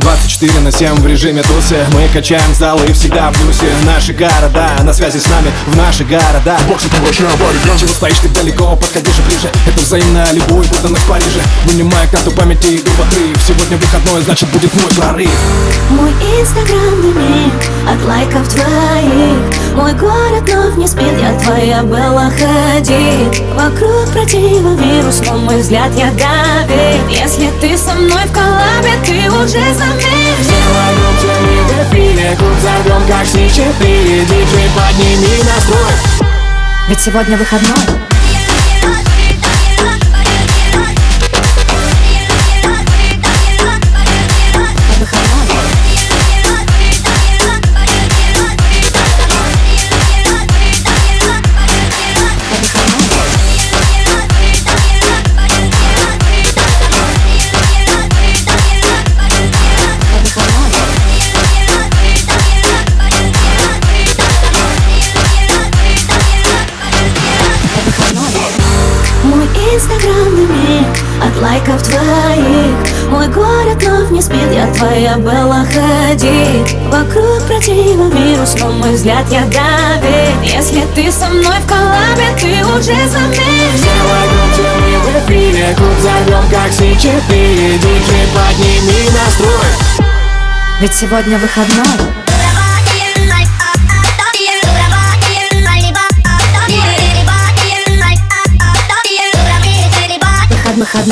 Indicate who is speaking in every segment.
Speaker 1: 24/7 в режиме тусы. Мы качаем залы и всегда в плюсе. Наши города на связи с нами, в наши города.
Speaker 2: Боксы превращаем в ориган.
Speaker 1: Чего стоишь ты далеко, подходи же ближе. Это взаимно, любой подданных в Париже. Вынимая карту памяти и иду в отрыв. Сегодня выходной, значит будет мой прорыв.
Speaker 3: Мой инстаграм дымит от лайков твоих. Мой город вновь не спит, я твоя была ходит. Вокруг противовирус, но мой взгляд ядовит. Если ты со мной в коллабе, ты уже заметил.
Speaker 1: Делаю тебе в эфире, клуб взорвем как Си-4. Диджей, подними настрой.
Speaker 3: Ведь сегодня выходной. Мой инстаграм дымит от лайков твоих. Мой город вновь не спит, я твоя была ходит. Вокруг противовирус, но мой взгляд ядовит. Если ты со мной в коллабе, ты уже заметил.
Speaker 1: Делаю тебе в эфире, клуб взорвем как Си-4. Диджей, подними настрой.
Speaker 3: Ведь сегодня выходной. Выходной.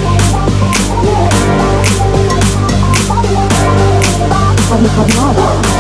Speaker 3: Выходной.